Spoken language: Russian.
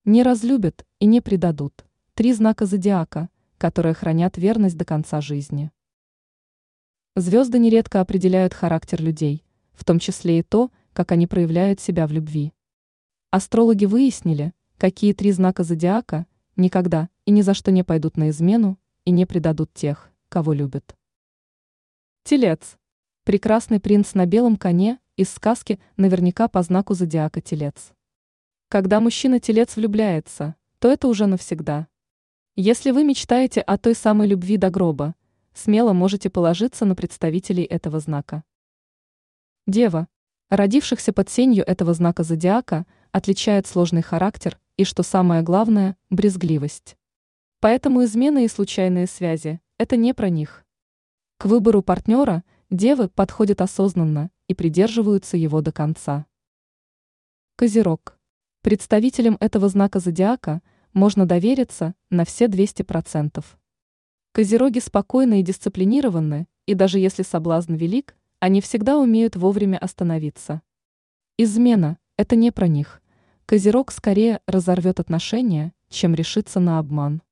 Не разлюбят и не предадут. Три знака зодиака, которые хранят верность до конца жизни. Звезды нередко определяют характер людей, в том числе и то, как они проявляют себя в любви. Астрологи выяснили, какие три знака зодиака никогда и ни за что не пойдут на измену и не предадут тех, кого любят. Телец. Прекрасный принц на белом коне из сказки наверняка по знаку зодиака Телец. Когда мужчина-телец влюбляется, то это уже навсегда. Если вы мечтаете о той самой любви до гроба, смело можете положиться на представителей этого знака. Дева. Родившихся под сенью этого знака зодиака отличает сложный характер и, что самое главное, брезгливость. Поэтому измены и случайные связи – это не про них. К выбору партнера девы подходят осознанно и придерживаются его до конца. Козерог. Представителям этого знака зодиака можно довериться на все 200%. Козероги спокойны и дисциплинированы, и даже если соблазн велик, они всегда умеют вовремя остановиться. Измена – это не про них. Козерог скорее разорвет отношения, чем решится на обман.